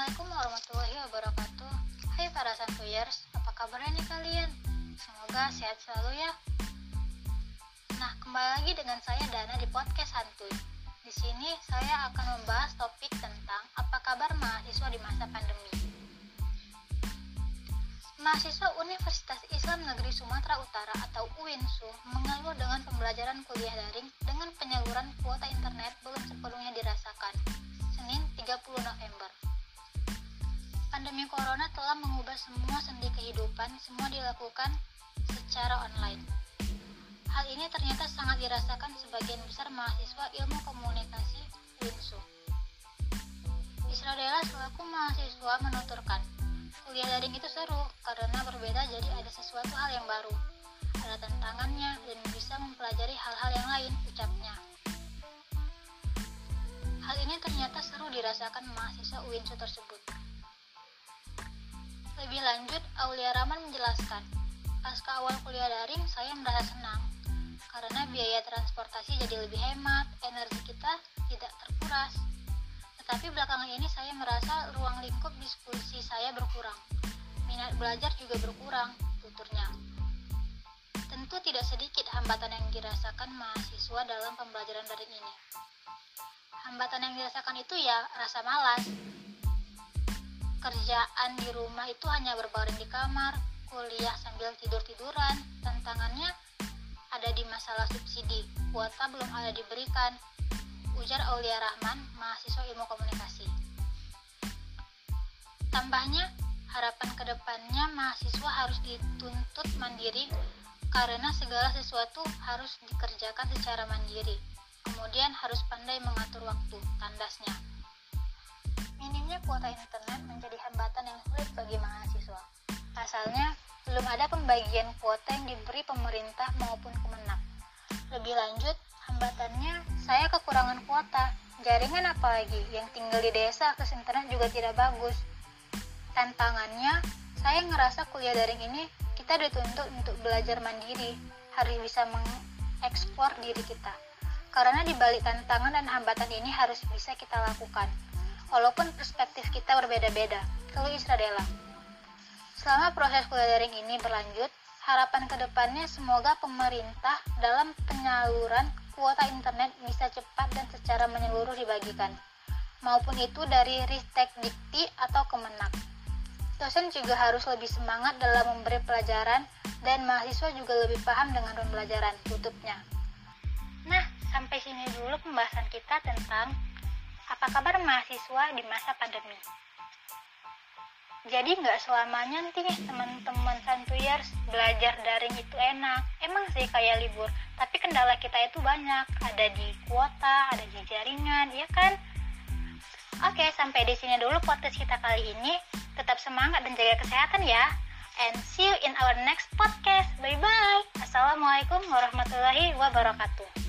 Assalamualaikum warahmatullahi wabarakatuh. Hai para santuyers, apa kabarnya nih kalian? Semoga sehat selalu ya. Nah, kembali lagi dengan saya Dana di podcast Santuy. Di sini saya akan membahas topik tentang apa kabar mahasiswa di masa pandemi. Mahasiswa Universitas Islam Negeri Sumatera Utara atau UINSU mengeluh dengan pembelajaran kuliah daring dengan penyaluran kuota internet belum sepenuhnya dirasakan. Senin 30 November. Pandemi Corona telah mengubah semua sendi kehidupan, semua dilakukan secara online. Hal ini ternyata sangat dirasakan sebagian besar mahasiswa ilmu komunikasi UINSU. Isradela selaku mahasiswa menuturkan, kuliah daring itu seru karena berbeda, jadi ada sesuatu hal yang baru. Ada tantangannya dan bisa mempelajari hal-hal yang lain, ucapnya. Hal ini ternyata seru dirasakan mahasiswa UINSU tersebut. Lebih lanjut, Aulia Rahman menjelaskan, pasca awal kuliah daring saya merasa senang karena biaya transportasi jadi lebih hemat, energi kita tidak terkuras. Tetapi belakangan ini saya merasa ruang lingkup diskusi saya berkurang, minat belajar juga berkurang, tuturnya. Tentu tidak sedikit hambatan yang dirasakan mahasiswa dalam pembelajaran daring ini. Hambatan yang dirasakan itu ya rasa malas. Kerjaan di rumah itu hanya berbaring di kamar, kuliah sambil tidur-tiduran. Tantangannya ada di masalah subsidi, kuota belum ada diberikan, ujar Aulia Rahman, mahasiswa ilmu komunikasi. Tambahnya, harapan kedepannya mahasiswa harus dituntut mandiri karena segala sesuatu harus dikerjakan secara mandiri. Kemudian harus pandai mengatur waktu, tandasnya. Minimnya kuota internet menjadi hambatan yang sulit bagi mahasiswa. Pasalnya, belum ada pembagian kuota yang diberi pemerintah maupun Kemenak. Lebih lanjut, hambatannya saya kekurangan kuota. Jaringan apalagi, yang tinggal di desa akses internet juga tidak bagus. Tantangannya, saya ngerasa kuliah daring ini kita dituntut untuk belajar mandiri, harus bisa mengeksplor diri kita. Karena di balik tantangan dan hambatan ini harus bisa kita lakukan, walaupun perspektif kita berbeda-beda. Keluh Isradela. Selama proses kuliah daring ini berlanjut, harapan kedepannya semoga pemerintah dalam penyaluran kuota internet bisa cepat dan secara menyeluruh dibagikan, maupun itu dari Ristek Dikti atau Kemenak. Dosen juga harus lebih semangat dalam memberi pelajaran dan mahasiswa juga lebih paham dengan pembelajaran, tutupnya. Nah, sampai sini dulu pembahasan kita tentang apa kabar mahasiswa di masa pandemi. Jadi nggak selamanya nih teman-teman santuyers belajar daring itu enak. Emang sih kayak libur, tapi kendala kita itu banyak. Ada di kuota, ada di jaringan, ya kan? Oke, sampai di sini dulu podcast kita kali ini. Tetap semangat dan jaga kesehatan ya. And see you in our next podcast. Bye-bye. Assalamualaikum warahmatullahi wabarakatuh.